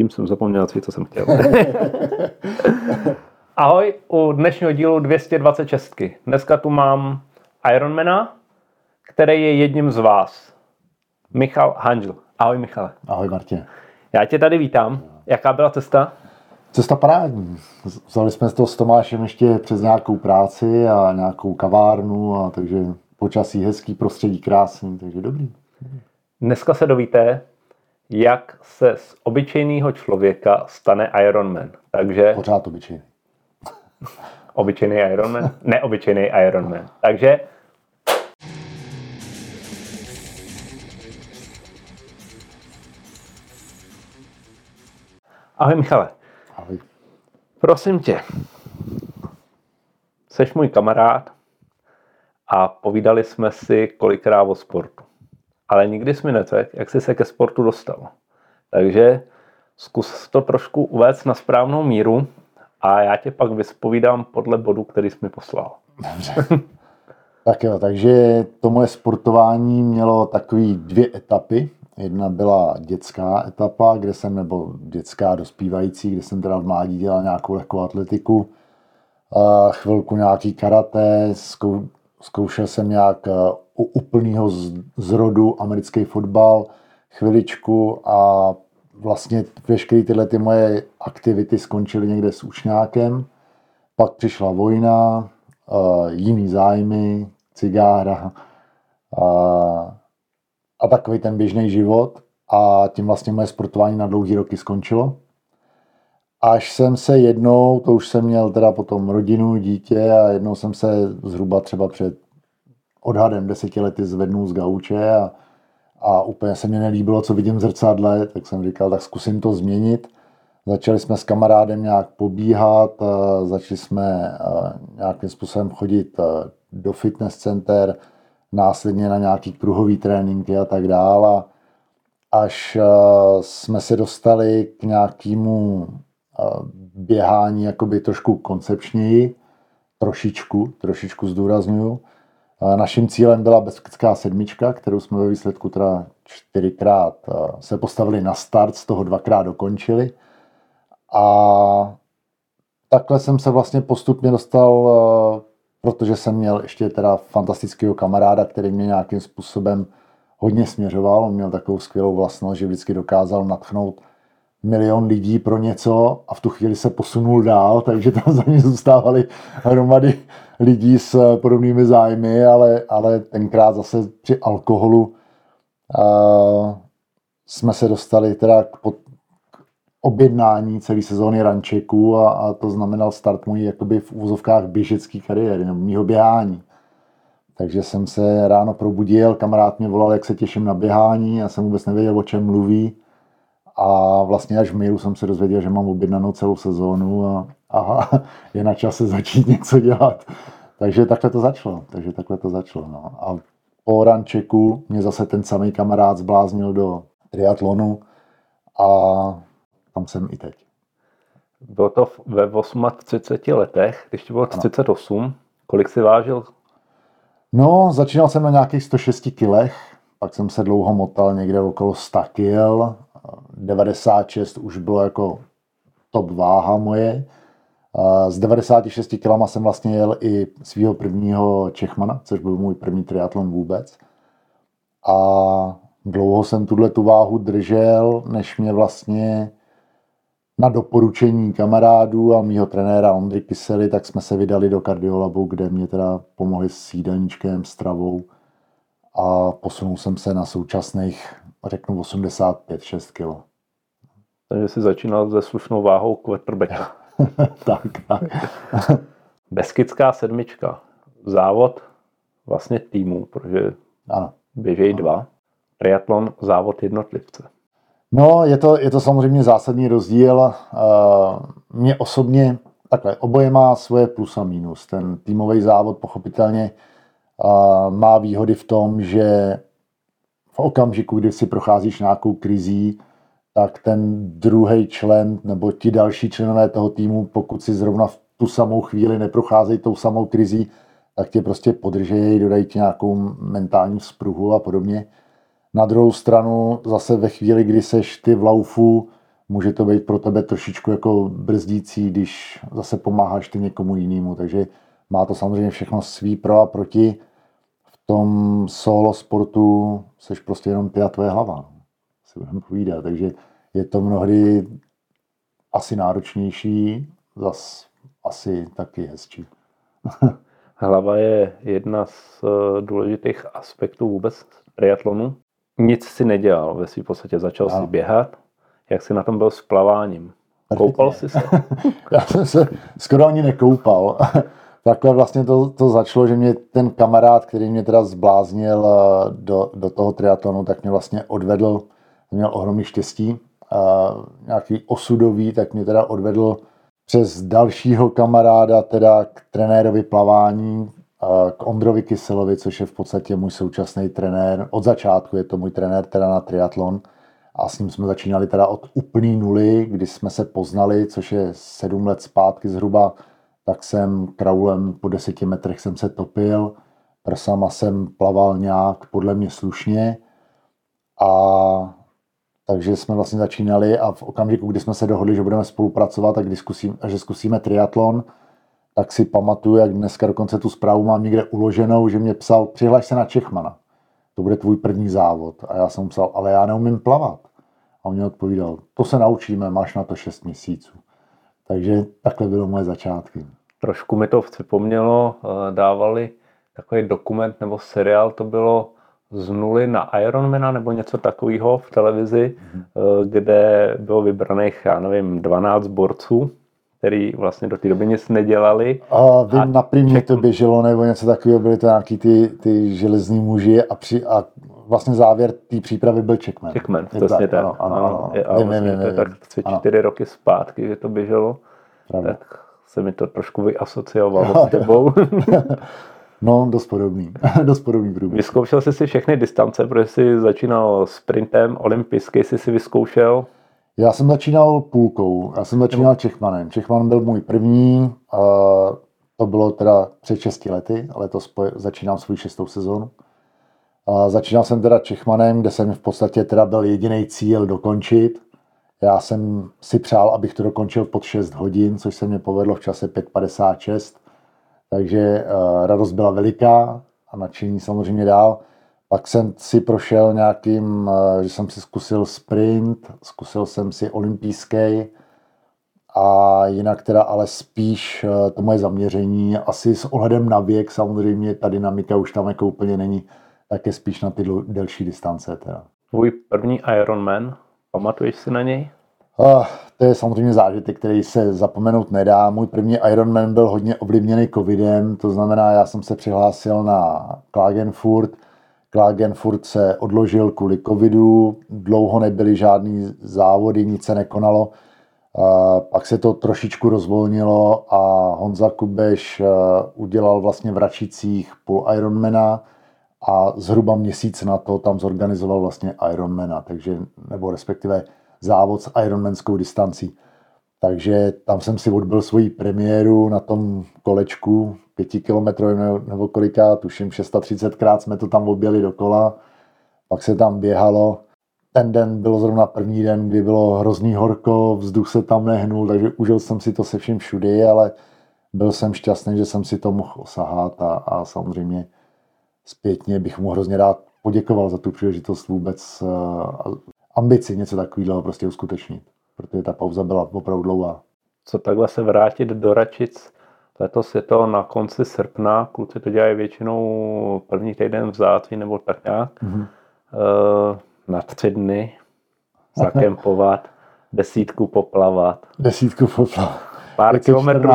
Tím jsem zapomněl, co jsem chtěl. Ahoj, u dnešního dílu 226. Dneska tu mám Ironmana, který je jedním z vás. Michal Hanžl. Ahoj, Michale. Ahoj, Martin. Já tě tady vítám. Jaká byla cesta? Cesta parádní. Vzali jsme to s Tomášem ještě přes nějakou práci a nějakou kavárnu, a takže počasí hezký, prostředí krásný, takže dobrý. Dneska se dovíte, jak se z obyčejného člověka stane Ironman. Takže... Pořád obyčejný. Obyčejný Ironman? Neobyčejný Ironman. Takže... Ahoj, Michale. Ahoj. Prosím tě, seš můj kamarád a povídali jsme si kolikrát o sportu. Ale nikdy jsi mi neřekl, jak jsi se ke sportu dostal. Takže zkus to trošku uvést na správnou míru a já tě pak vyspovídám podle bodu, který jsi mi poslal. Dobře. Tak jo, takže to moje sportování mělo takový 2 etapy. Jedna byla dětská etapa, nebo dětská dospívající, kde jsem teda v mládí dělal nějakou lehkou atletiku, chvilku nějaký karate, zkoušel jsem nějak u úplného zrodu americký fotbal, chviličku a vlastně veškeré tyhle ty moje aktivity skončily někde s učňákem. Pak přišla vojna, jiný zájmy, cigára a takový ten běžný život a tím vlastně moje sportování na dlouhý roky skončilo. Až jsem se jednou, to už jsem měl teda potom rodinu, dítě a jednou jsem se zhruba třeba před odhadem 10 lety zvednul z gauče a úplně se mi nelíbilo, co vidím v zrcadle, tak jsem říkal, tak zkusím to změnit. Začali jsme s kamarádem nějak pobíhat, začali jsme nějakým způsobem chodit do fitness center, následně na nějaký kruhový tréninky a tak dále. Až jsme se dostali k nějakému běhání jakoby trošku koncepčněji, trošičku zdůraznuju. Naším cílem byla Beskidská 7, kterou jsme ve výsledku teda 4krát se postavili na start, z toho 2krát dokončili. A takhle jsem se vlastně postupně dostal, protože jsem měl ještě teda fantastického kamaráda, který mě nějakým způsobem hodně směřoval. On měl takovou skvělou vlastnost, že vždycky dokázal nadchnout 1 000 000 lidí pro něco a v tu chvíli se posunul dál, takže tam za ně zůstávaly hromady lidí s podobnými zájmy, ale tenkrát zase při alkoholu jsme se dostali teda k objednání celé sezóny rančeků a to znamenal start mojí jakoby v úvozovkách běžecké kariéry nebo mýho běhání. Takže jsem se ráno probudil, kamarád mě volal, jak se těším na běhání, já jsem vůbec nevěděl, o čem mluví a vlastně až v mailu jsem se dozvěděl, že mám objednanou celou sezónu a je na čase začít něco dělat. Takže takhle to začalo. No. A po rančeku mě zase ten samý kamarád zbláznil do triatlonu a tam jsem i teď. Bylo to ve 38 letech, když to bylo 38. Kolik jsi vážil? No, začínal jsem na nějakých 106 kilech, pak jsem se dlouho motal někde okolo 100 kil. 96 už bylo jako top váha moje. Z 96 kilama jsem vlastně jel i svého prvního Čechmana, což byl můj první triatlon vůbec. A dlouho jsem tu váhu držel, než mě vlastně na doporučení kamarádů a mýho trenéra Ondry Kysely, tak jsme se vydali do kardiolabu, kde mě teda pomohli s jídelníčkem, stravou a posunul jsem se na současných, řeknu, 85-6 kg. Takže jsi začínal se slušnou váhou quarterbacka. tak. Beskidská 7. Závod vlastně týmu, protože ano. Běžejí 2. Triatlon, závod jednotlivce. No, je to samozřejmě zásadní rozdíl. Mě osobně, takhle, oboje má svoje plus a minus. Ten týmový závod pochopitelně má výhody v tom, že v okamžiku, kdy si procházíš nějakou krizí, tak ten druhý člen nebo ti další členové toho týmu, pokud si zrovna v tu samou chvíli neprocházejí tou samou krizí, tak tě prostě podržejí, dodají ti nějakou mentální vzpruhu a podobně. Na druhou stranu zase ve chvíli, kdy seš ty v laufu může to být pro tebe trošičku jako brzdící, když zase pomáháš ty někomu jinému, takže má to samozřejmě všechno svý pro a proti. V tom solo sportu seš prostě jenom ty a tvoje hlava, si budeme povídat, takže je to mnohdy asi náročnější, zas asi taky hezčí. Hlava je jedna z důležitých aspektů vůbec triatlonu. Nic si nedělal, ve svým podstatě začal si běhat. Jak jsi na tom byl s plaváním? Koupal jsi se? Já jsem se skoro ani nekoupal. Takhle vlastně to začalo, že mě ten kamarád, který mě teda zbláznil do toho triatlonu, tak mě vlastně odvedl, měl ohromný štěstí, nějaký osudový, tak mě teda odvedl přes dalšího kamaráda teda k trenérovi plavání, k Ondrovi Kyselovi, což je v podstatě můj současný trenér. Od začátku je to můj trenér teda na triatlon a s ním jsme začínali teda od úplný nuly, kdy jsme se poznali, což je 7 let zpátky zhruba, tak jsem kraulem po 10 metrech jsem se topil, prsama jsem plaval nějak podle mě slušně a takže jsme vlastně začínali a v okamžiku, kdy jsme se dohodli, že budeme spolupracovat a že zkusíme triatlon, tak si pamatuju, jak dneska dokonce tu zprávu mám někde uloženou, že mě psal, přihlaš se na Čechmana, to bude tvůj první závod. A já jsem mu psal, ale já neumím plavat. A on mě odpovídal, to se naučíme, máš na to 6 měsíců. Takže takhle bylo moje začátky. Trošku mi to připomnělo, dávali takový dokument nebo seriál, to bylo z nuly na Ironmana nebo něco takového v televizi, kde bylo vybraných, já nevím, 12 borců, který vlastně do té doby nic nedělali. A vím, na Primě to běželo nebo něco takového, byly to nějaký ty železní muži a vlastně závěr té přípravy byl Checkman. Checkman, přesně tak. Ano. To je tak 3-4 roky zpátky, že to běželo. Pravda. Tak se mi to trošku vyasociovalo s tebou. No, dost podobný průběh. Vyzkoušel jsi si všechny distance, protože jsi začínal sprintem, olympijský jsi si vyzkoušel? Já jsem začínal půlkou, já jsem začínal Čechmanem. Čechman byl můj první, to bylo teda před 6 lety, letos začínám svou 6. sezónu. Začínal jsem teda Čechmanem, kde jsem v podstatě teda byl jediný cíl dokončit. Já jsem si přál, abych to dokončil pod 6 hodin, což se mě povedlo v čase 5:56. Takže radost byla veliká a nadšení samozřejmě dál. Pak jsem si prošel nějakým, že jsem si zkusil sprint, zkusil jsem si olympijský a jinak teda ale spíš to moje zaměření, asi s ohledem na věk samozřejmě, ta dynamika už tam jako úplně není, tak je spíš na ty delší distance teda. Tvůj první Ironman, pamatuješ si na něj? To je samozřejmě zážitek, který se zapomenout nedá. Můj první Ironman byl hodně ovlivněný covidem, to znamená, já jsem se přihlásil na Klagenfurt. Klagenfurt se odložil kvůli covidu, dlouho nebyly žádný závody, nic se nekonalo. Pak se to trošičku rozvolnilo a Honza Kubeš udělal vlastně v Račicích půl Ironmana a zhruba měsíc na to tam zorganizoval vlastně Ironmana, takže, nebo respektive závod s ironmanskou distancí. Takže tam jsem si odbyl svoji premiéru na tom kolečku 5 kilometrů nebo koliká, tuším 630krát jsme to tam objeli dokola, pak se tam běhalo. Ten den byl zrovna první den, kdy bylo hrozný horko, vzduch se tam nehnul, takže užil jsem si to se vším všudy, ale byl jsem šťastný, že jsem si to mohl osahat a samozřejmě zpětně bych mu hrozně rád poděkoval za tu příležitost vůbec ambici něco takového prostě uskutečnit, protože ta pauza byla opravdu dlouhá. Co takhle se vrátit do Račic? Letos je to na konci srpna, kluci to dělají většinou první týden v září nebo tak nějak. Na 3 dny zakempovat, 10 poplavat. Pár kilometrů.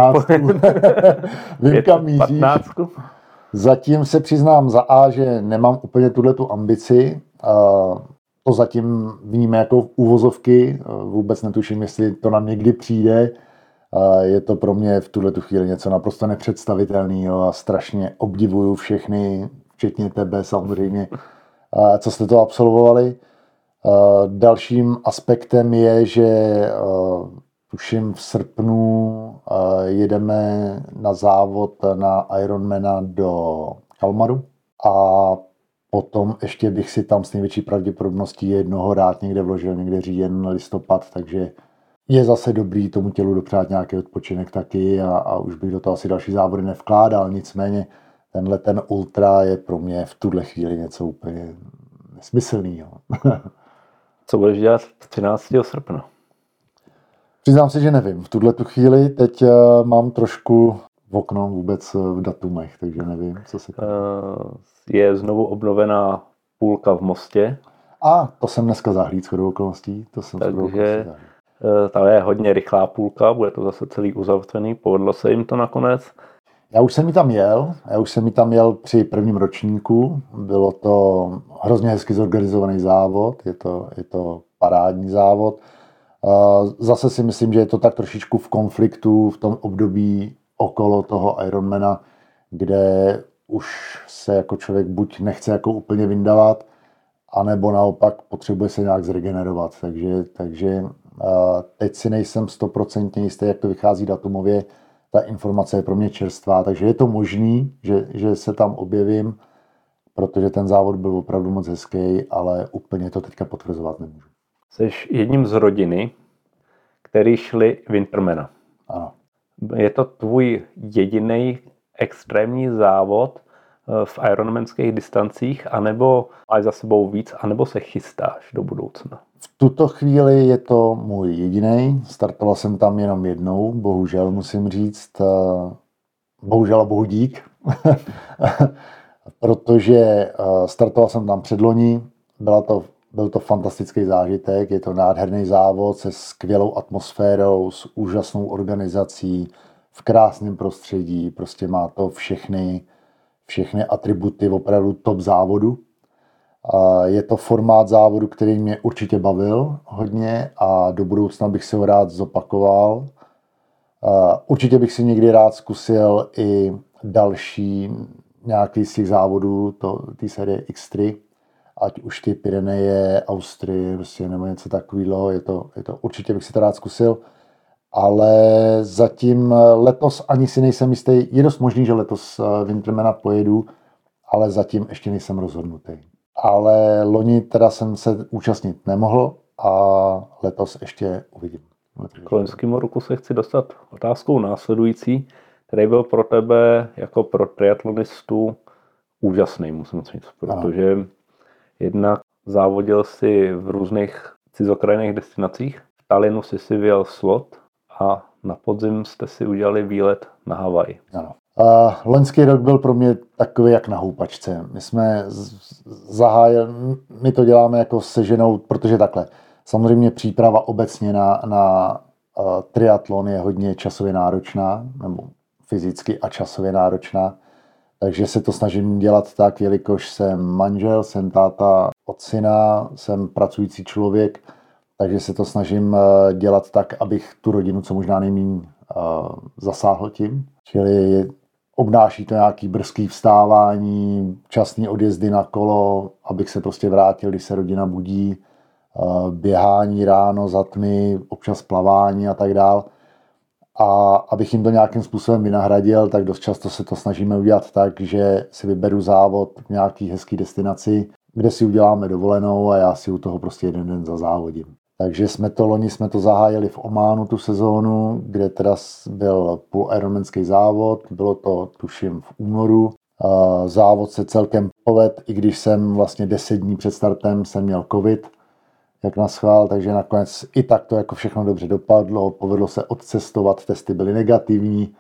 Vím, kam míříš. Zatím se přiznám za A, že nemám úplně tuhletu ambici. To zatím vnímám jako uvozovky. Vůbec netuším, jestli to nám někdy přijde. Je to pro mě v tuhletu chvíli něco naprosto nepředstavitelného a strašně obdivuju všechny, včetně tebe samozřejmě, co jste to absolvovali. Dalším aspektem je, že tuším v srpnu jedeme na závod na Ironmana do Kalmaru a Potom ještě bych si tam s největší pravděpodobností jednoho rád někde vložil, někde říjen, listopad, takže je zase dobrý tomu tělu dopřát nějaký odpočinek taky a už bych do toho asi další závody nevkládal. Nicméně ten ultra je pro mě v tuhle chvíli něco úplně nesmyslného. Co budeš dělat 13. srpna? Přiznám se, že nevím. V tuhle tu chvíli teď mám trošku v okno vůbec v datumech, takže nevím, co se Je znovu obnovená půlka v Mostě. A to jsem dneska zahlíd shodou okolností. Takže ta je hodně rychlá půlka, bude to zase celý uzavřený, povedlo se jim to nakonec. Já už jsem ji tam jel při prvním ročníku, bylo to hrozně hezky zorganizovaný závod, je to parádní závod. Zase si myslím, že je to tak trošičku v konfliktu v tom období okolo toho Ironmana, kde už se jako člověk buď nechce jako úplně vyndavat, anebo naopak potřebuje se nějak zregenerovat. Takže teď si nejsem 100% jistý, jak to vychází datumově. Ta informace je pro mě čerstvá, takže je to možný, že se tam objevím, protože ten závod byl opravdu moc hezký, ale úplně to teďka potvrzovat nemůžu. Jsi jedním z rodiny, který šli Wintermana. Ano. Je to tvůj jediný extrémní závod v ironmanských distancích, anebo máš za sebou víc, anebo se chystáš do budoucna? V tuto chvíli je to můj jediný. Startoval jsem tam jenom jednou, bohužel musím říct. Bohužel a bohu dík. Protože startoval jsem tam předloni. Byl to fantastický zážitek. Je to nádherný závod se skvělou atmosférou, s úžasnou organizací, v krásném prostředí. Prostě má to všechny atributy opravdu top závodu. Je to formát závodu, který mě určitě bavil hodně a do budoucna bych si ho rád zopakoval. Určitě bych si někdy rád zkusil i další nějaký z těch závodů, té série X3, ať už ty Pyreneje, Austrie, prostě, nebo něco takového. Určitě bych si to rád zkusil, ale zatím letos ani si nejsem jistý. Je dost možný, že letos Wintermana pojedu, ale zatím ještě nejsem rozhodnutý. Ale loni teda jsem se účastnit nemohl a letos ještě uvidím. K loňskému roku se chci dostat otázkou následující, který byl pro tebe jako pro triatlonistu úžasný, musím říct, protože jednak závodil si v různých cizokrajných destinacích. V Tallinnu si vyjel slot a na podzim jste si udělali výlet na Havaj. Ano. Loňský rok byl pro mě takový jak na houpačce. My jsme zahájili, my to děláme jako se ženou, protože takhle. Samozřejmě příprava obecně na triatlon je hodně časově náročná, nebo fyzicky a časově náročná. Takže se to snažím dělat tak, jelikož jsem manžel, jsem táta od syna, jsem pracující člověk, takže se to snažím dělat tak, abych tu rodinu co možná nejméně zasáhl tím. Čili obnáší to nějaký brzký vstávání, časný odjezdy na kolo, abych se prostě vrátil, když se rodina budí, běhání ráno za tmy, občas plavání a tak dál. A abych jim to nějakým způsobem vynahradil, tak dost často se to snažíme udělat tak, že si vyberu závod v nějaký hezký destinaci, kde si uděláme dovolenou a já si u toho prostě jeden den zazávodím. Takže loni jsme to zahájili v Ománu tu sezónu, kde teda byl půl-ironmanský závod, bylo to tuším v únoru. Závod se celkem povedl, i když jsem vlastně 10 dní před startem jsem měl covid, jak na schvál, takže nakonec i tak to jako všechno dobře dopadlo, povedlo se odcestovat, testy byly negativní,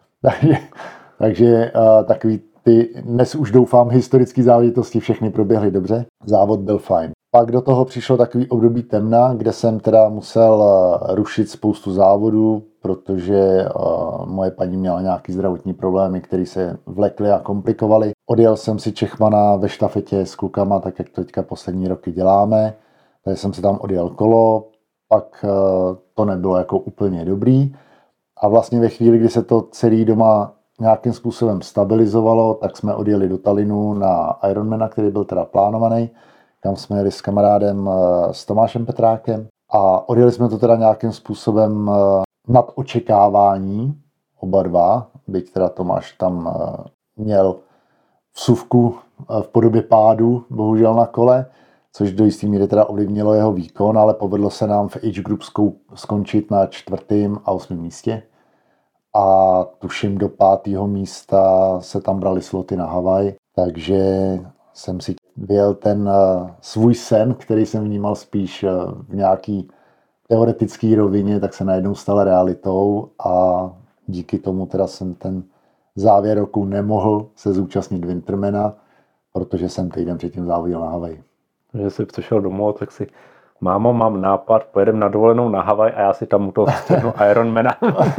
takže takový ty dnes už doufám historické záležitosti všechny proběhly dobře, závod byl fajn. Pak do toho přišlo takový období temna, kde jsem teda musel rušit spoustu závodů, protože moje paní měla nějaký zdravotní problémy, které se vlekly a komplikovaly. Odjel jsem si Čechmana ve štafetě s klukama, tak jak to teďka poslední roky děláme. Takže jsem si tam odjel kolo, pak to nebylo jako úplně dobrý. A vlastně ve chvíli, kdy se to celý doma nějakým způsobem stabilizovalo, tak jsme odjeli do Tallinnu na Ironmana, který byl teda plánovaný. Tam jsme jeli s kamarádem s Tomášem Petrákem a odjeli jsme to teda nějakým způsobem nad očekávání, oba dva, byť teda Tomáš tam měl vsuvku v podobě pádu, bohužel na kole, což do jistý míry teda ovlivnilo jeho výkon, ale povedlo se nám v age group skončit na 4. a 8. místě. A tuším do 5. místa se tam brali sloty na Havaj, takže jsem si vyjel ten svůj sen, který jsem vnímal spíš v nějaký teoretický rovině, tak se najednou stal realitou a díky tomu teda jsem ten závěr roku nemohl se zúčastnit Wintermana, protože jsem týden předtím závodil na Havaji. Takže jsi přišel domů, tak si mámo, mám nápad, pojedeme na dovolenou na Havaj a já si tam u toho střihnu Ironmana.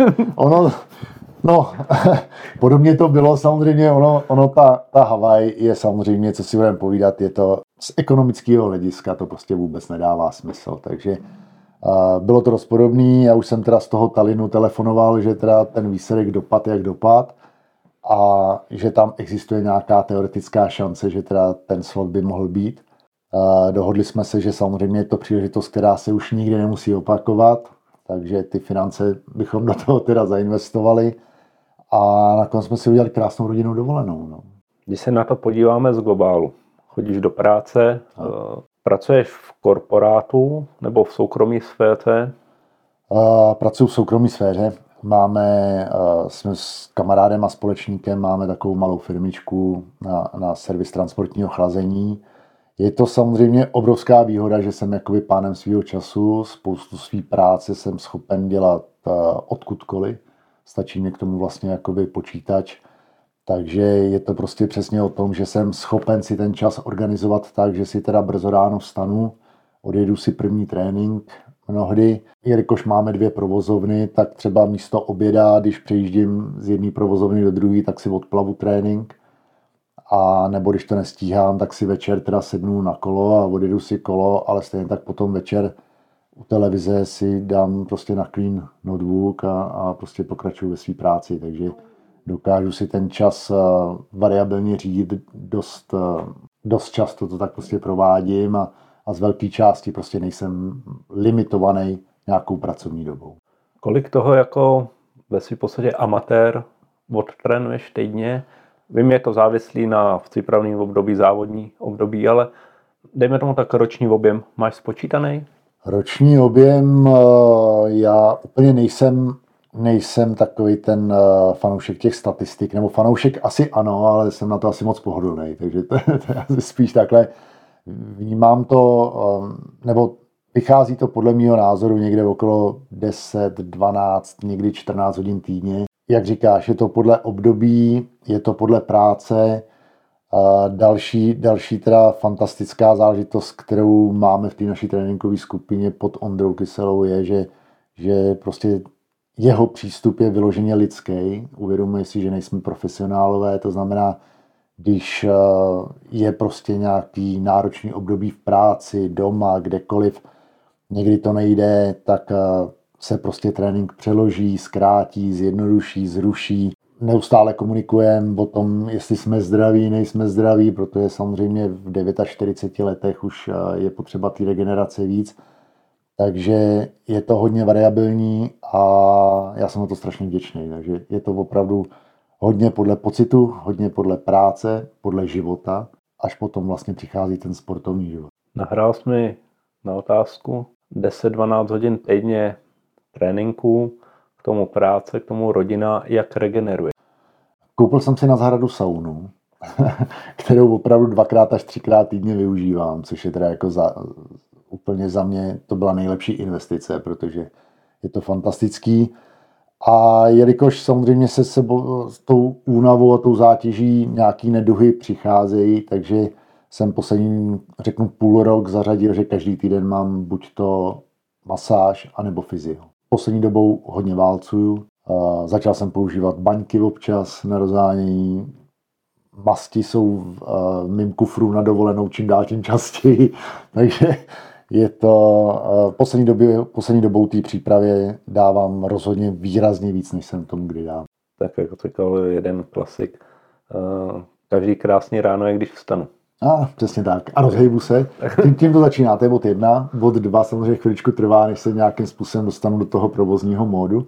Podobně to bylo samozřejmě, ta Havaj je samozřejmě, co si budeme povídat, je to z ekonomického hlediska, to prostě vůbec nedává smysl, takže bylo to dost podobný, já už jsem teda z toho Tallinnu telefonoval, že teda ten výsledek dopad jak dopad a že tam existuje nějaká teoretická šance, že teda ten slot by mohl být. Dohodli jsme se, že samozřejmě je to příležitost, která se už nikdy nemusí opakovat, takže ty finance bychom do toho teda zainvestovali a nakonec jsme si udělali krásnou rodinnou dovolenou. No. Když se na to podíváme z globálu, chodíš do práce, pracuješ v korporátu nebo v soukromé sféře? Pracuji v soukromé sféře. Jsme s kamarádem a společníkem, máme takovou malou firmičku na servis transportního chlazení. Je to samozřejmě obrovská výhoda, že jsem jakoby pánem svého času, spoustu své práce jsem schopen dělat odkudkoliv. Stačí mě k tomu vlastně jakoby počítač. Takže je to prostě přesně o tom, že jsem schopen si ten čas organizovat tak, že si teda brzo ráno vstanu, odjedu si první trénink mnohdy. Jelikož máme 2 provozovny, tak třeba místo oběda, když přejíždím z jedné provozovny do druhé, tak si odplavu trénink. A nebo když to nestíhám, tak si večer teda sednu na kolo a odjedu si kolo, ale stejně tak potom večer u televize si dám prostě na clean notebook a prostě pokračuju ve své práci. Takže dokážu si ten čas variabilně řídit, dost často to tak prostě provádím a z velké části prostě nejsem limitovaný nějakou pracovní dobou. Kolik toho jako ve svým podstatě amatér odtrénuješ týdně? Vím, je to závislý na v přípravném období, závodní období, ale dejme tomu tak roční objem. Máš spočítaný? Roční objem, já úplně nejsem takový ten fanoušek těch statistik, nebo fanoušek asi ano, ale jsem na to asi moc pohodlný, takže to je asi spíš takhle. Vnímám to, nebo vychází to podle mého názoru někde okolo 10, 12, někdy 14 hodin týdně. Jak říkáš, je to podle období, je to podle práce. Další teda fantastická záležitost, kterou máme v té naší tréninkové skupině pod Ondrou Kyselou, je, že prostě jeho přístup je vyloženě lidský. Uvědomuje si, že nejsme profesionálové, to znamená, když je prostě nějaký náročný období v práci, doma, kdekoliv, někdy to nejde, tak se prostě trénink přeloží, zkrátí, zjednoduší, zruší. Neustále komunikujeme o tom, jestli jsme zdraví, nejsme zdraví, protože samozřejmě v 49 letech už je potřeba té regenerace víc. Takže je to hodně variabilní a já jsem na to strašně vděčný. Takže je to opravdu hodně podle pocitu, hodně podle práce, podle života, až potom vlastně přichází ten sportovní život. Nahrál jsi mi na otázku 10-12 hodin týdně tréninku, k tomu práce, k tomu rodina, jak regeneruje. Koupil jsem si na zahradu saunu, kterou opravdu 2x až 3x týdně využívám, což je teda jako úplně za mě to byla nejlepší investice, protože je to fantastický. A jelikož samozřejmě se s tou únavou a tou zátěží nějaký neduhy přicházejí, takže jsem poslední, řeknu půl rok zařadil, že každý týden mám buď to masáž, anebo fyzio. Poslední dobou hodně válcuju. Začal jsem používat baňky občas na rozhánění. Masti jsou v mým kufru na dovolenou čím dál tím častěji. Takže je to poslední dobou té přípravě dávám rozhodně výrazně víc, než jsem tomu kdy dám. Tak jako říkal jeden klasik, každý krásný ráno je, když vstanu. Přesně tak. A rozhejbu se. Tím to začíná. To je bod 1. Bod 2 samozřejmě chviličku trvá, než se nějakým způsobem dostanu do toho provozního módu.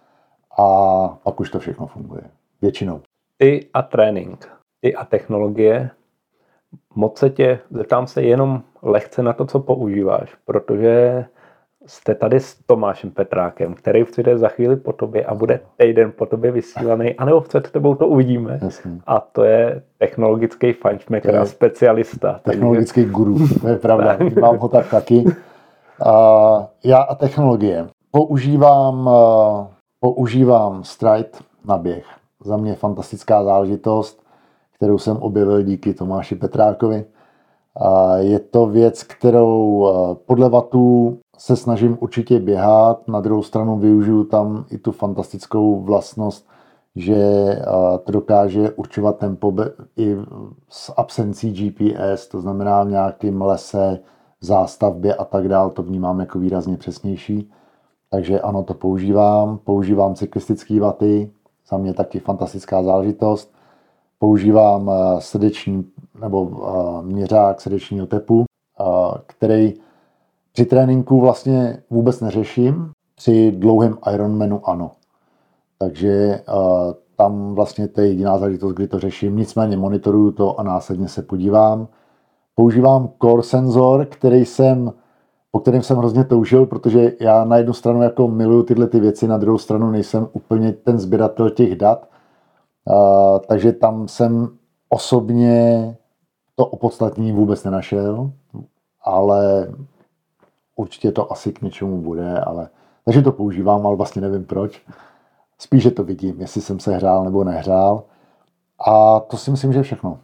A pak už to všechno funguje. Většinou. Ty a trénink. Ty a technologie. zeptám se jenom lehce na to, co používáš, protože jste tady s Tomášem Petrákem, který přijde za chvíli po tobě a bude týden po tobě vysílaný, anebo před tebou to uvidíme. Jasně. A to je technologický fajnmaker a specialista. Technologický guru, to je pravda. Mám ho tak taky. Já a technologie. Používám Stride na běh. Za mě fantastická záležitost, kterou jsem objevil díky Tomáši Petrákovi. Je to věc, kterou podle vatů se snažím určitě běhat. Na druhou stranu využiju tam i tu fantastickou vlastnost, že to dokáže určovat tempo i s absencí GPS, to znamená v nějakém lese, zástavbě a tak dále, to vnímám jako výrazně přesnější. Takže ano, to používám. Používám cyklistické vaty, za mě taky fantastická záležitost. Používám měřák srdečního tepu, který při tréninku vlastně vůbec neřeším, při dlouhém Ironmanu ano. Takže tam vlastně to je jediná záležitost, kdy to řeším, nicméně monitoruju to a následně se podívám. Používám core senzor, po kterém jsem hrozně toužil, protože já na jednu stranu jako miluju tyhle ty věci, na druhou stranu nejsem úplně ten sběratel těch dat, takže tam jsem osobně to opodstatnění vůbec nenašel, ale určitě to asi k něčemu bude, takže to používám, ale vlastně nevím proč. Spíše to vidím, jestli jsem se hrál nebo nehrál. A to si myslím, že je všechno.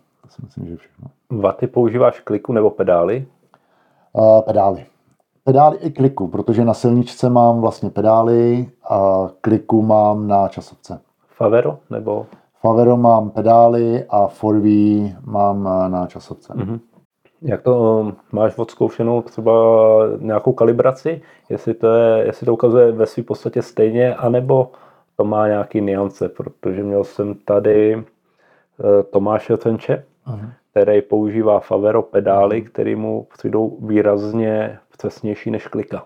Vaty používáš kliku nebo pedály? Pedály. Pedály i kliku, protože na silničce mám vlastně pedály a kliku mám na časovce. Favero nebo? Favero mám pedály a Forví mám na časovce. Mm-hmm. Jak to máš odzkoušenou třeba nějakou kalibraci? Jestli to ukazuje ve své podstatě stejně, anebo to má nějaký nuance, protože měl jsem tady Tomáše Tenče, který používá Favero pedály, který mu přijdou výrazně přesnější než klika.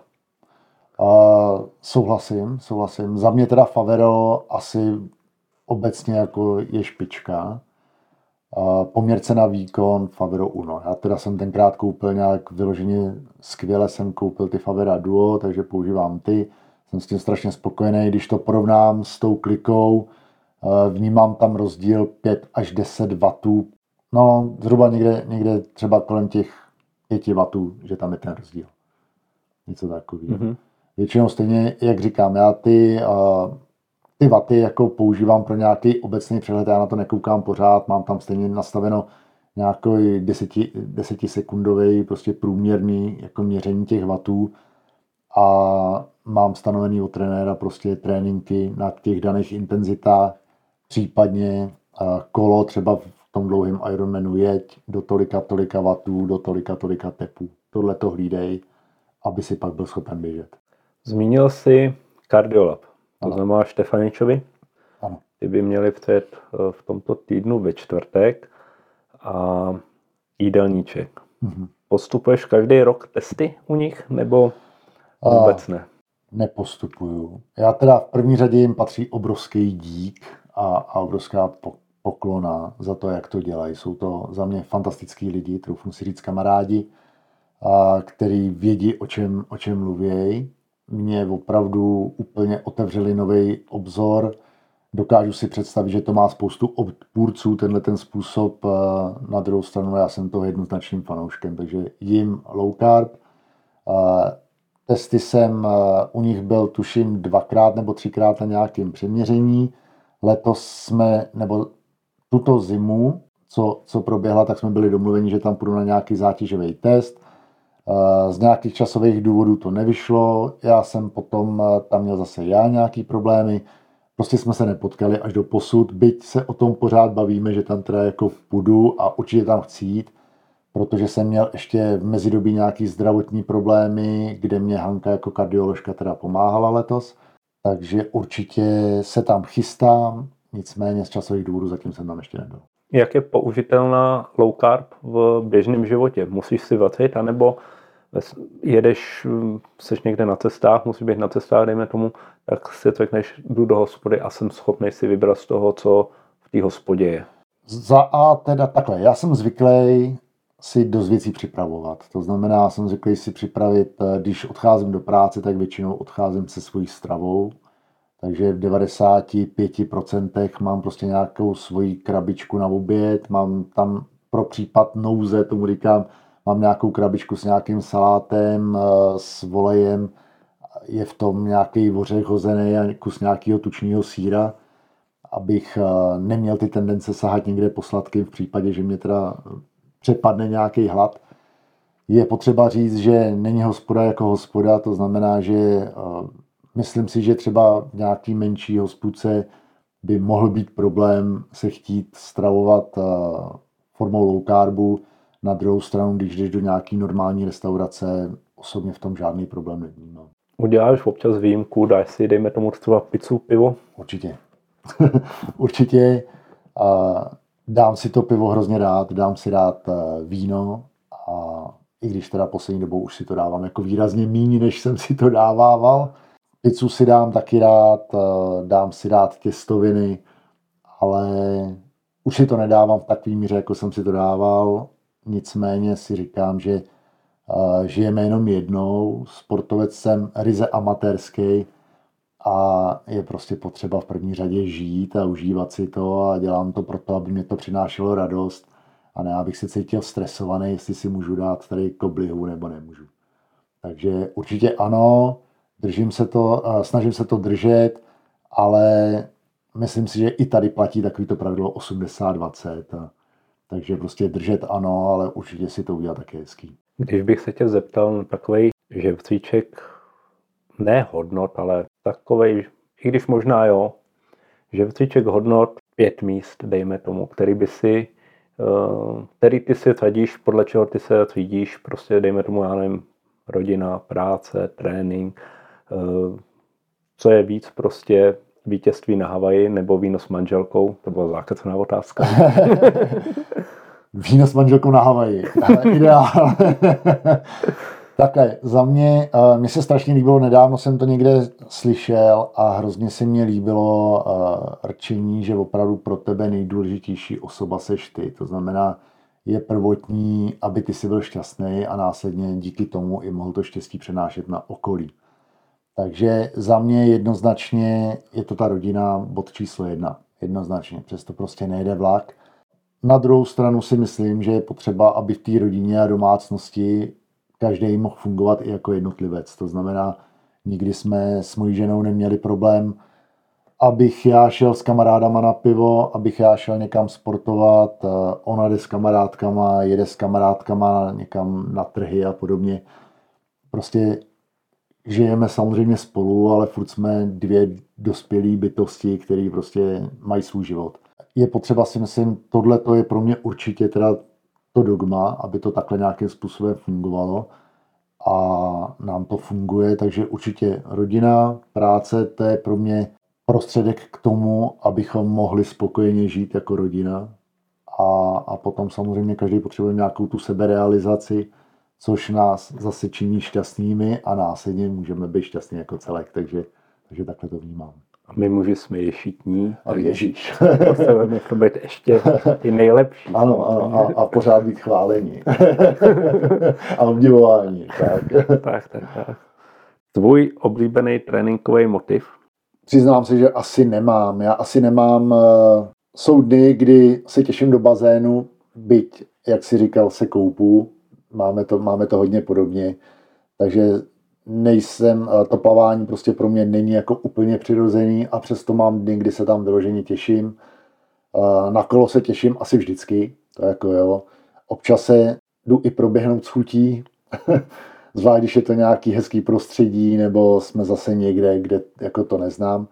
Souhlasím. Za mě teda Favero asi obecně jako je špička. Poměr cena výkon Favero Uno. Já teda jsem tenkrát koupil nějak vyloženě skvěle, jsem koupil ty Favera Duo, takže používám ty. Jsem s tím strašně spokojený, když to porovnám s tou klikou, vnímám tam rozdíl 5 až 10 W. No, zhruba někde třeba kolem těch 5 W, že tam je ten rozdíl. Něco takového. Mm-hmm. Většinou stejně, jak říkám, já ty waty jako používám pro nějaký obecný přehled, já na to nekoukám pořád, mám tam stejně nastaveno nějaký 10 sekundový prostě průměrný jako měření těch wattů a mám stanovený od trenéra prostě tréninky na těch daných intenzitách, případně kolo třeba v tom dlouhém Ironmanu jeď do tolika wattů, do tolika tepů. Tohle to hlídej, aby si pak byl schopen běžet. Zmínil jsi Cardiolab, to znamená Štefaničovi. Ano. Ty by měli přijet v tomto týdnu ve čtvrtek a jídelníček. Mm-hmm. Postupuješ každý rok testy u nich, nebo vůbec ne? Nepostupuju. Já teda v první řadě jim patří obrovský dík a obrovská poklona za to, jak to dělají. Jsou to za mě fantastický lidi, troufnu si říct kamarádi, který vědí, o čem mluvějí. Mě opravdu úplně otevřeli nový obzor. Dokážu si představit, že to má spoustu odpůrců, tenhle ten způsob. Na druhou stranu já jsem toho jednoznačným fanouškem, takže jim low carb. Testy jsem u nich byl tuším 2x nebo 3x na nějakém přeměření. Letos nebo tuto zimu, co proběhla, tak jsme byli domluveni, že tam půjdu na nějaký zátěžový test. Z nějakých časových důvodů to nevyšlo, já jsem potom tam měl zase nějaký problémy, prostě jsme se nepotkali až do posud, byť se o tom pořád bavíme, že tam teda jako půjdu a určitě tam chci jít, protože jsem měl ještě v mezidobí nějaký zdravotní problémy, kde mě Hanka jako kardioložka teda pomáhala letos, takže určitě se tam chystám, nicméně z časových důvodů zatím jsem tam ještě nebyl. Jak je použitelná low carb v běžném životě? Musíš si vařit, anebo jedeš, seš někde na cestách, musíš být na cestách, dejme tomu, tak si řekneš, jdu do hospody a jsem schopný si vybrat z toho, co v té hospodě je. Teda takhle, já jsem zvyklý si dost věcí připravovat. To znamená, jsem zvyklý si připravit, když odcházím do práce, tak většinou odcházím se svojí stravou. Takže v 95% mám prostě nějakou svoji krabičku na oběd, mám tam pro případ nouze, tomu říkám, mám nějakou krabičku s nějakým salátem, s volejem, je v tom nějaký ořech hozený a kus nějakého tučného sýra, abych neměl ty tendence sahat někde po sladkým v případě, že mě teda přepadne nějaký hlad. Je potřeba říct, že není hospoda jako hospoda, to znamená, že myslím si, že třeba v nějaký menší hospůdce by mohl být problém se chtít stravovat formou low carbu. Na druhou stranu, když jdeš do nějaký normální restaurace, osobně v tom žádný problém nevnímám. Uděláš občas výjimku, dáš si, dejme tomu třeba pizzu, pivo? Určitě. Určitě. Dám si to pivo hrozně rád, dám si rád víno a i když teda poslední dobou už si to dávám jako výrazně míň, než jsem si to dávával. Pizzu si dám taky rád, dám si rád těstoviny, ale už si to nedávám v takové míře, jako jsem si to dával. Nicméně si říkám, že žijeme jenom jednou, sportovec jsem ryze amatérský a je prostě potřeba v první řadě žít a užívat si to a dělám to proto, aby mě to přinášelo radost a ne, abych se cítil stresovaný, jestli si můžu dát tady koblihu nebo nemůžu. Takže určitě ano, snažím se to držet, ale myslím si, že i tady platí takovýto pravidlo 80-20. Takže prostě držet ano, ale určitě si to udělat taky hezký. Když bych se tě zeptal na takovej žebříček, ne hodnot, ale takovej, i když možná jo, žebříček hodnot 5 míst, dejme tomu, který ty si řadíš, podle čeho ty se řídíš, prostě dejme tomu, já nevím, rodina, práce, trénink, co je víc prostě vítězství na Havaji nebo víno s manželkou, to byla zákecaná otázka. Víno s manželkou na Havaji, ideál. Takhle, za mě se strašně líbilo, nedávno jsem to někde slyšel a hrozně se mně líbilo rčení, že opravdu pro tebe nejdůležitější osoba seš ty. To znamená, je prvotní, aby ty si byl šťastný a následně díky tomu i mohl to štěstí přenášet na okolí. Takže za mě jednoznačně je to ta rodina bod číslo 1. Jednoznačně, přesto prostě nejde vlak. Na druhou stranu si myslím, že je potřeba, aby v té rodině a domácnosti každý mohl fungovat i jako jednotlivec. To znamená, nikdy jsme s mojí ženou neměli problém, abych já šel s kamarádama na pivo, abych já šel někam sportovat, ona jde s kamarádkama, jede s kamarádkama někam na trhy a podobně. Prostě žijeme samozřejmě spolu, ale furt jsme dvě dospělé bytosti, které prostě mají svůj život. Je potřeba si myslím, tohle je pro mě určitě teda to dogma, aby to takhle nějakým způsobem fungovalo a nám to funguje, takže určitě rodina, práce, to je pro mě prostředek k tomu, abychom mohli spokojeně žít jako rodina a potom samozřejmě každý potřebuje nějakou tu seberealizaci, což nás zase činí šťastnými a následně můžeme být šťastní jako celek, takže takhle to vnímám. A my muži jsme ješitní. A ježíš. Potřebujeme to být ještě i nejlepší. Ano, a pořád být chválení. A obdivování. Tak. Tvůj oblíbený tréninkový motiv? Přiznám se, že asi nemám. Já asi nemám. Jsou dny, kdy se těším do bazénu, byť, jak si říkal, se koupu. Máme to hodně podobně. Takže to plavání prostě pro mě není jako úplně přirozený a přesto mám dny, kdy se tam vyloženě těším. Na kolo se těším asi vždycky, to jako jo. Občas se jdu i proběhnout s chutí, zvlášť když je to nějaký hezký prostředí nebo jsme zase někde, kde jako to neznám.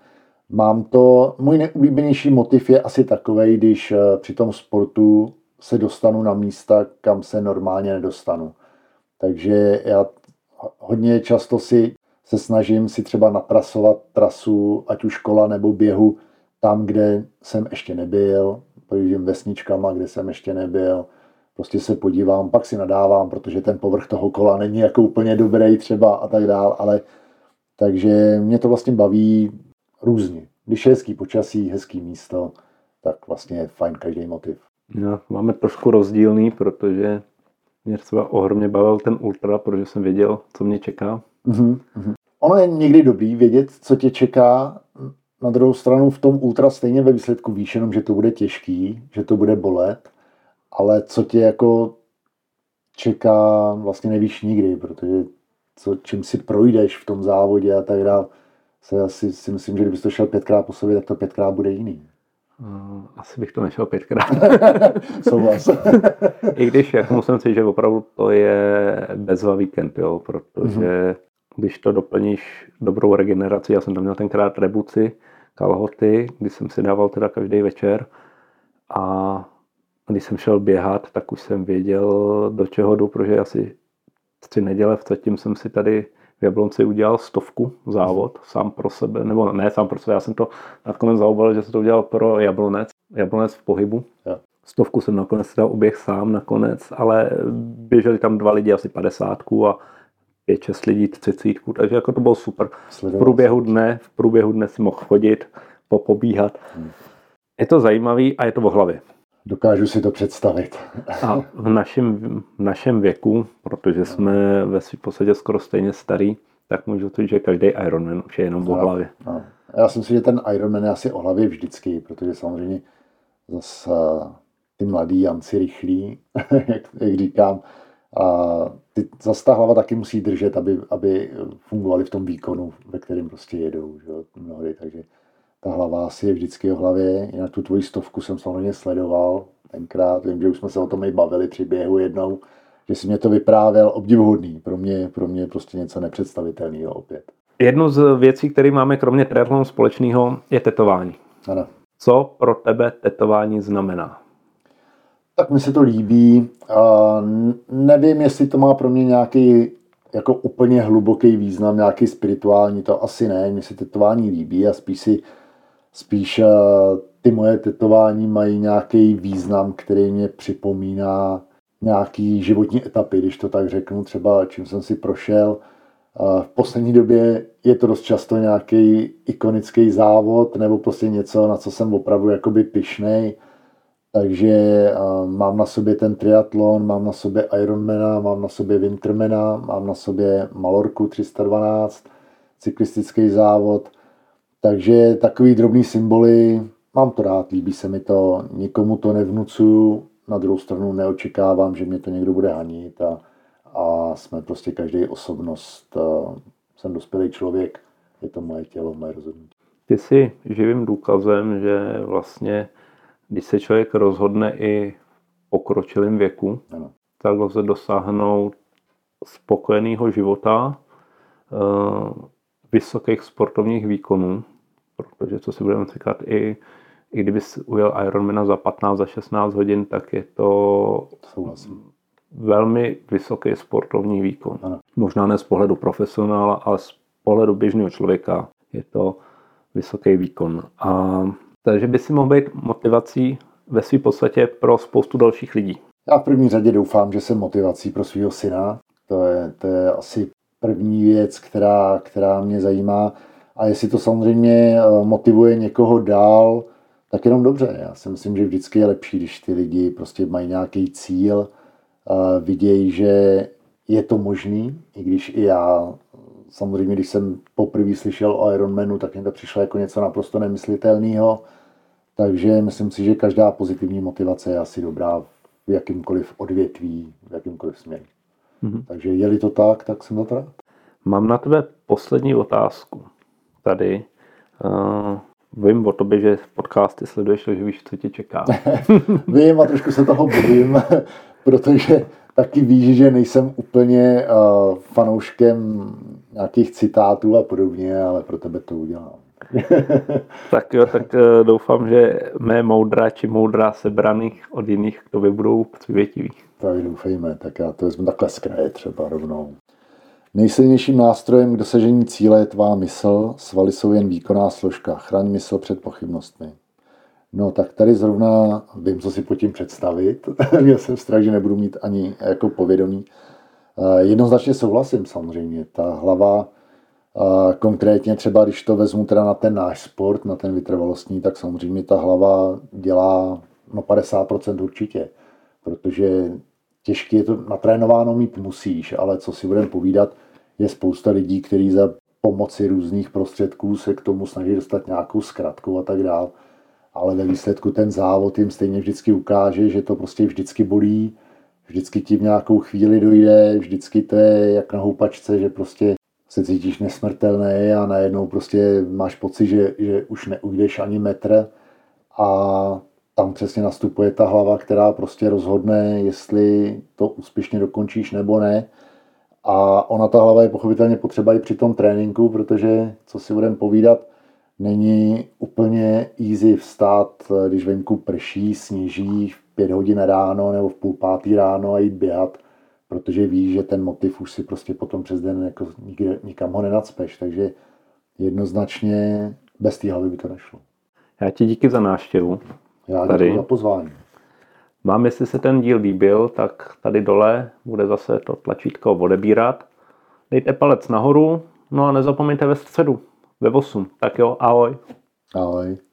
Můj nejoblíbenější motiv je asi takovej, když při tom sportu se dostanu na místa, kam se normálně nedostanu. Takže já hodně často se snažím si třeba natrasovat trasu, ať už kola nebo běhu, tam, kde jsem ještě nebyl, projíždím vesničkama, kde jsem ještě nebyl, prostě se podívám, pak si nadávám, protože ten povrch toho kola není jako úplně dobrý třeba a tak dál, ale takže mě to vlastně baví různě. Když je hezký počasí, hezký místo, tak vlastně je fajn každý motiv. No, máme trošku rozdílný, protože Mě třeba ohromně bavil ten ultra, protože jsem věděl, co mě čeká. Ono je někdy dobrý vědět, co tě čeká. Na druhou stranu v tom ultra stejně ve výsledku víš jenom, že to bude těžký, že to bude bolet, ale co tě jako čeká, vlastně nevíš nikdy, protože čím si projdeš v tom závodě a tak dále, asi si myslím, že kdybys to šel 5krát po sobě, tak to 5krát bude jiný. Asi bych to nešel 5krát. Souhlas. I když, jak musím říct, že opravdu to je bezva víkend, jo, protože když to doplníš dobrou regeneraci, já jsem tam měl tenkrát rebuci, kalhoty, kdy jsem si dával teda každý večer a když jsem šel běhat, tak už jsem věděl, do čeho jdu, protože asi 3 neděle předtím jsem si tady v Jablonci udělal 100 závod sám pro sebe, nebo ne sám pro sebe, já jsem to nakonec zaobal, že jsem to udělal pro Jablonec v pohybu. Ja. 100 jsem nakonec dal uběh sám nakonec, ale běželi tam 2 lidi asi 50 a 5-6 lidí 30, takže jako to bylo super. V průběhu dne si mohl chodit, pobíhat. Je to zajímavý a je to o hlavě. Dokážu si to představit. A v našem věku, protože jsme ve svým podstatě skoro stejně starý, tak můžu říct, že každý Ironman už je jenom o hlavě. No. Já si myslím, že ten Ironman je asi o hlavě vždycky, protože samozřejmě zase ty mladí Janci rychlí, jak říkám, a zase ta hlava taky musí držet, aby fungovali v tom výkonu, ve kterém prostě jedou, že? Mnohdy, takže ta hlava asi je vždycky o hlavě. Jinak tu tvoji 100 jsem samozřejmě sledoval tenkrát. Vím, že už jsme se o tom i bavili při běhu jednou, že si mě to vyprávěl, obdivuhodný. Pro mě prostě něco nepředstavitelného opět. Jednu z věcí, které máme kromě triatlonu společného, je tetování. Ano. Co pro tebe tetování znamená? Tak mi se to líbí. Nevím, jestli to má pro mě nějaký jako úplně hluboký význam, nějaký spirituální, to asi ne. Mně se tetování líbí a spíš ty moje tetování mají nějaký význam, který mě připomíná nějaký životní etapy, když to tak řeknu, třeba čím jsem si prošel. V poslední době je to dost často nějaký ikonický závod nebo prostě něco, na co jsem opravdu jakoby pyšnej. Takže mám na sobě ten triatlon, mám na sobě Ironmana, mám na sobě Wintermana, mám na sobě Malorku 312, cyklistický závod. Takže takový drobný symboly, mám to rád, líbí se mi to, nikomu to nevnucuju, na druhou stranu neočekávám, že mě to někdo bude hanit a jsme prostě každý osobnost, jsem dospělý člověk, je to moje tělo, moje rozhodnutí. Ty jsi živým důkazem, že vlastně, když se člověk rozhodne i v pokročilém věku, ano, tak lze dosáhnout spokojeného života, vysokých sportovních výkonů, protože co si budeme říkat, i kdyby jsi ujel Ironmana za 15, za 16 hodin, tak je to velmi vysoký sportovní výkon. Ano. Možná ne z pohledu profesionála, ale z pohledu běžného člověka je to vysoký výkon. Takže by si mohl být motivací ve své podstatě pro spoustu dalších lidí. Já v první řadě doufám, že jsem motivací pro svého syna. To je asi první věc, která mě zajímá. A jestli to samozřejmě motivuje někoho dál, tak jenom dobře. Já si myslím, že vždycky je lepší, když ty lidi prostě mají nějaký cíl, vidějí, že je to možný, i když i já, samozřejmě, když jsem poprvé slyšel o Ironmanu, tak mi to přišlo jako něco naprosto nemyslitelného. Takže myslím si, že každá pozitivní motivace je asi dobrá v jakýmkoliv odvětví, v jakýmkoliv směru. Takže je-li to tak jsem za to rád. Mám na tebe poslední otázku. Tady vím o tobě, že v podcasty sleduješ, že víš, co tě čeká. Vím a trošku se toho bojím, protože taky víš, že nejsem úplně fanouškem nějakých citátů a podobně, ale pro tebe to udělám. Tak jo, tak doufám, že mé moudra či moudra sebraných od jiných k tobě budou přívětivý. Tak doufejme, tak já to vezmu takhle z kraje třeba rovnou. Nejsilnějším nástrojem k dosažení cíle je tvá mysl, svaly jsou jen výkonná složka, chraň mysl před pochybnostmi. No tak tady zrovna vím, co si pod tím představit. Měl jsem strach, že nebudu mít ani jako povědomí. Jednoznačně souhlasím samozřejmě. Ta hlava, konkrétně třeba, když to vezmu teda na ten náš sport, na ten vytrvalostní, tak samozřejmě ta hlava dělá 50% určitě. Protože těžké, je to natrénováno mít musíš, ale co si budeme povídat, je spousta lidí, kteří za pomoci různých prostředků se k tomu snaží dostat nějakou zkratku a tak dále. Ale ve výsledku ten závod jim stejně vždycky ukáže, že to prostě vždycky bolí, vždycky ti v nějakou chvíli dojde, vždycky to je jak na houpačce, že prostě se cítíš nesmrtelný a najednou prostě máš pocit, že už neujdeš ani metr a tam přesně nastupuje ta hlava, která prostě rozhodne, jestli to úspěšně dokončíš nebo ne. A ona, ta hlava, je pochopitelně potřeba i při tom tréninku, protože, co si budeme povídat, není úplně easy vstát, když venku prší, sněží v 5 hodin ráno nebo v 4:30 ráno a jít běhat, protože víš, že ten motiv už si prostě potom přes den jako nikam ho nenacpeš. Takže jednoznačně bez té hlavy by to nešlo. Já ti díky za návštěvu. Já děkuji za pozvání. Vám, jestli se ten díl líbil, tak tady dole bude zase to tlačítko odebírat. Dejte palec nahoru, no a nezapomeňte ve středu, ve 8. Tak jo, ahoj. Ahoj.